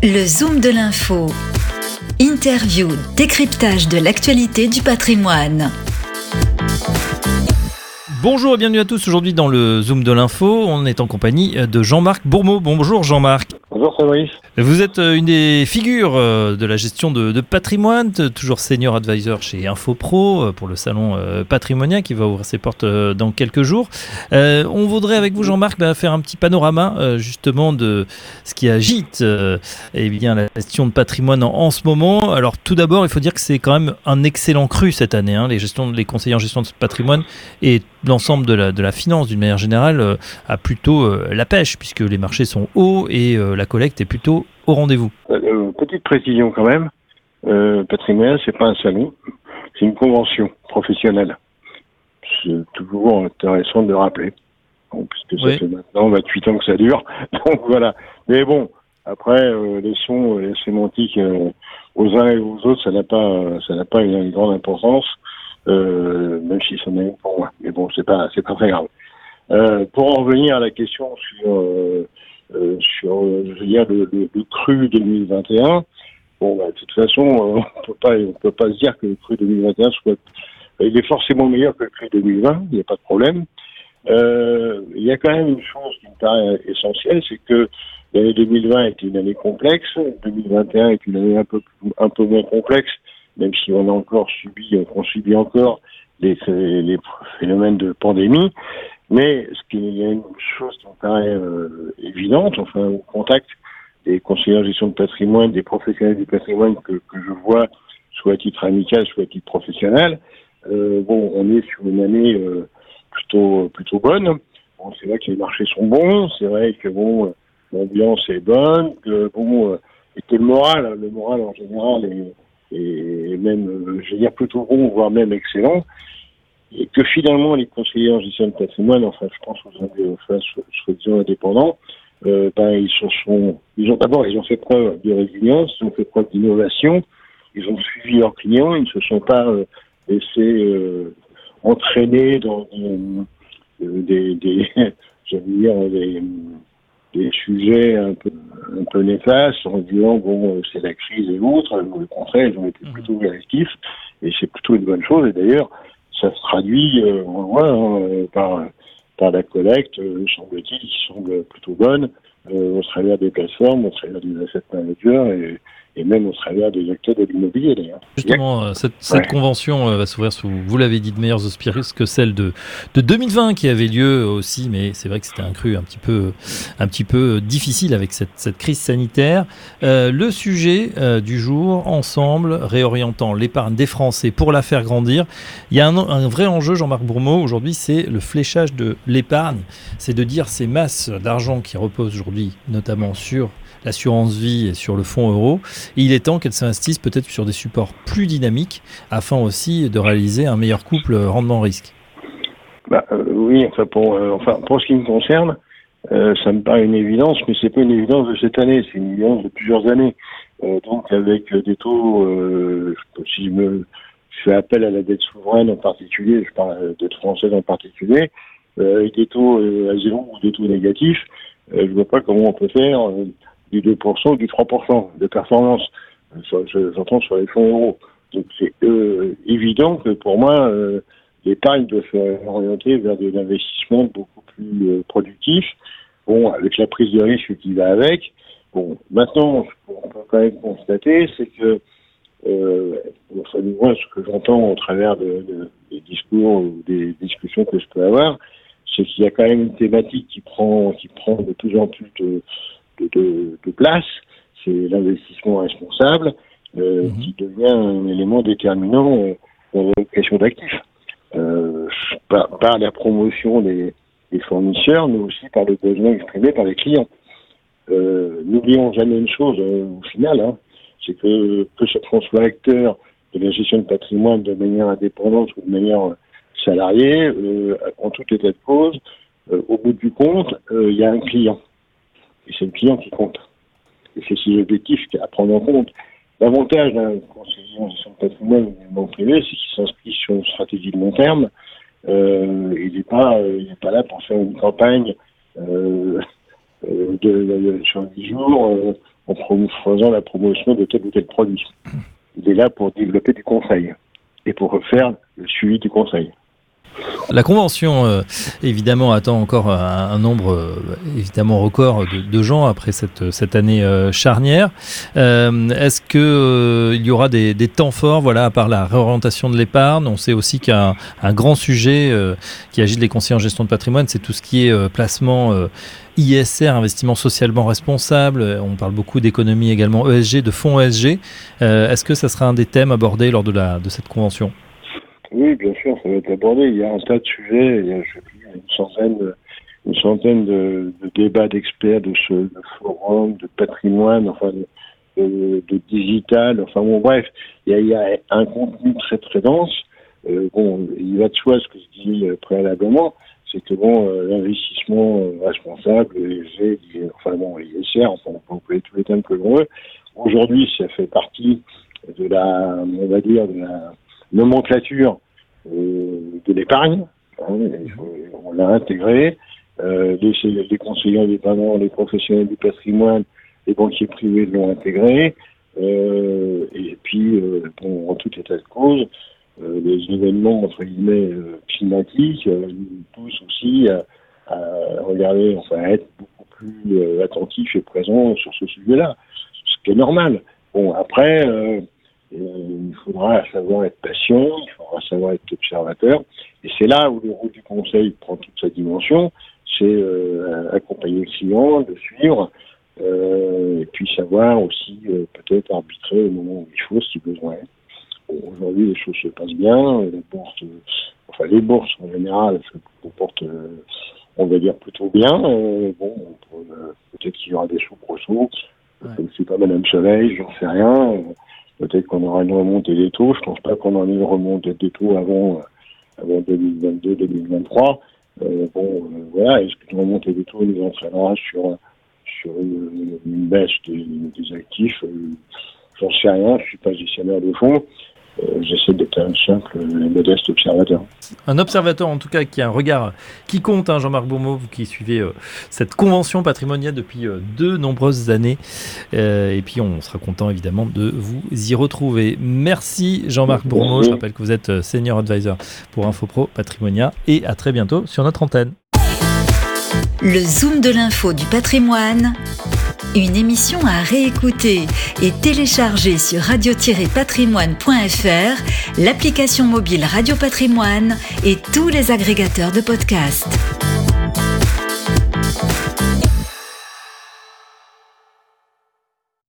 Le Zoom de l'info. Interview, décryptage de l'actualité du patrimoine. Bonjour et bienvenue à tous. Aujourd'hui dans le Zoom de l'info, on est en compagnie de Jean-Marc Bourmeau. Bonjour Jean-Marc. Bonjour Fabrice. Vous êtes une des figures de la gestion de patrimoine, toujours senior advisor chez Infopro pour le salon Patrimonia qui va ouvrir ses portes dans quelques jours. On voudrait avec vous Jean-Marc faire un petit panorama justement de ce qui agite la gestion de patrimoine en ce moment. Alors tout d'abord, il faut dire que c'est quand même un excellent cru cette année. Les conseillers en gestion de patrimoine et l'ensemble de la finance d'une manière générale a plutôt la pêche puisque les marchés sont hauts et la collecte est plutôt au rendez-vous. Petite précision quand même, patrimoine c'est pas un salon, c'est une convention professionnelle. C'est toujours intéressant de le rappeler, puisque ça fait maintenant 28 ans que ça dure, donc voilà. Mais bon, après laissons les sémantiques aux uns et aux autres, ça n'a pas une grande importance. Même si ça en a une pour moi. Mais bon, c'est pas très grave. Pour en revenir à la question sur je veux dire, le cru 2021, bon, de toute façon, on peut pas se dire que le cru 2021 il est forcément meilleur que le cru 2020, il n'y a pas de problème. Il y a quand même une chose qui me paraît essentielle, c'est que l'année 2020 est une année complexe, 2021 est une année un peu moins complexe, même si on subit encore les phénomènes de pandémie. Mais il y a une chose qui me paraît évidente, au contact des conseillers en gestion de patrimoine, des professionnels du patrimoine que je vois, soit à titre amical, soit à titre professionnel, on est sur une année plutôt bonne. Bon, c'est vrai que les marchés sont bons, c'est vrai que l'ambiance est bonne, et que le moral en général est même, je veux dire, plutôt bon, voire même excellent, et que finalement les conseillers en gestion de patrimoine, je pense soi-disant indépendants, ils ont fait preuve de résilience, ils ont fait preuve d'innovation, ils ont suivi leurs clients, ils ne se sont pas laissés entraîner dans des sujets un peu néfastes en disant c'est la crise et autres. Au contraire, ils ont été plutôt réactifs et c'est plutôt une bonne chose. Et d'ailleurs, ça se traduit, on le voit, par la collecte, semble-t-il, qui semble plutôt bonne, au travers des plateformes, au travers des asset managers et même au travers des acteurs de l'immobilier d'ailleurs. Justement, cette convention va s'ouvrir sous, vous l'avez dit, de meilleurs auspices que celle de 2020 qui avait lieu aussi, mais c'est vrai que c'était un cru un petit peu difficile avec cette crise sanitaire. Le sujet du jour, ensemble, réorientant l'épargne des Français pour la faire grandir. Il y a un vrai enjeu, Jean-Marc Bourmeau, aujourd'hui, c'est le fléchage de l'épargne. C'est de dire ces masses d'argent qui reposent aujourd'hui, notamment sur l'assurance vie et sur le fonds euro. Et il est temps qu'elles s'investissent peut-être sur des supports plus dynamiques afin aussi de réaliser un meilleur couple rendement-risque. Oui, pour ce qui me concerne, ça me paraît une évidence, mais c'est pas une évidence de cette année, c'est une évidence de plusieurs années. Donc avec des taux, si je fais appel à la dette souveraine en particulier, je parle de dette française en particulier, avec des taux à zéro ou des taux négatifs, je vois pas comment on peut faire du 2% ou du 3% de performance. J'entends sur les fonds euros. Donc c'est évident que pour moi, l'épargne doit se orienter vers des investissements beaucoup plus productifs, avec la prise de risque qui va avec. Maintenant, on peut quand même constater, c'est que moi, ce que j'entends au travers des discours ou des discussions que je peux avoir, c'est qu'il y a quand même une thématique qui prend de plus en plus de place, c'est l'investissement responsable qui devient un élément déterminant dans la location d'actifs, par la promotion des fournisseurs, mais aussi par le besoin exprimé par les clients. N'oublions jamais une chose au final, c'est que chacun soit acteur de la gestion de patrimoine de manière indépendante ou de manière salariée, en tout état de cause, au bout du compte, il y a un client. Et c'est le client qui compte. Et c'est ces objectifs à prendre en compte. L'avantage d'un conseiller en gestion de patrimoine ou d'une banque privée, c'est qu'il s'inscrit sur une stratégie de long terme. Il n'est pas là pour faire une campagne sur 10 jours en faisant la promotion de tel ou tel produit. Il est là pour développer du conseil et pour faire le suivi du conseil. La Convention, évidemment, attend encore un nombre évidemment record de gens après cette année charnière. Est-ce qu'il y aura des temps forts, voilà, à part la réorientation de l'épargne? On sait aussi qu'un grand sujet qui agite les conseillers en gestion de patrimoine, c'est tout ce qui est placement ISR, investissement socialement responsable. On parle beaucoup d'économie également ESG, de fonds ESG. Est-ce que ça sera un des thèmes abordés lors de cette convention? Oui, bien sûr, ça va être abordé. Il y a un tas de sujets, il y a une centaine de débats d'experts, de forums, de patrimoine, enfin de digital, enfin bon, bref, il y a un contenu très très dense. Il va de soi ce que je dis préalablement, c'est que l'investissement responsable, l'ISR, on peut employer tous les termes que l'on veut. Aujourd'hui, ça fait partie de la nomenclature de l'épargne, on l'a intégré. Les conseillers indépendants, les professionnels du patrimoine, les banquiers privés l'ont intégré. Et puis, en tout état de cause, les événements entre guillemets climatiques nous poussent aussi à regarder, enfin à être beaucoup plus attentifs et présents sur ce sujet-là, ce qui est normal. Bon, après. Il faudra savoir être patient, il faudra savoir être observateur, et c'est là où le rôle du conseil prend toute sa dimension, c'est accompagner le client, le suivre, et puis savoir aussi peut-être arbitrer au moment où il faut, si besoin est. Bon, aujourd'hui, les choses se passent bien, les bourses en général se comportent, on va dire, plutôt bien. Peut-être qu'il y aura des soubresauts, je ne suis pas Madame Soleil, j'en sais rien. Peut-être qu'on aura une remontée des taux. Je pense pas qu'on aura une remontée des taux avant 2022-2023. Voilà. Est-ce qu'une remontée des taux nous entraînera sur une baisse des actifs? J'en sais rien. Je suis pas gestionnaire de fonds. J'essaie d'être un simple et modeste observateur. Un observateur, en tout cas, qui a un regard qui compte, hein, Jean-Marc Bourmeau, vous qui suivez cette convention patrimoniale depuis de nombreuses années. Et puis, on sera content, évidemment, de vous y retrouver. Merci, Jean-Marc Bourmeau. Je rappelle que vous êtes Senior Advisor pour Infopro Patrimonia. Et à très bientôt sur notre antenne. Le Zoom de l'info du patrimoine. Une émission à réécouter et télécharger sur radio-patrimoine.fr, l'application mobile Radio Patrimoine et tous les agrégateurs de podcasts.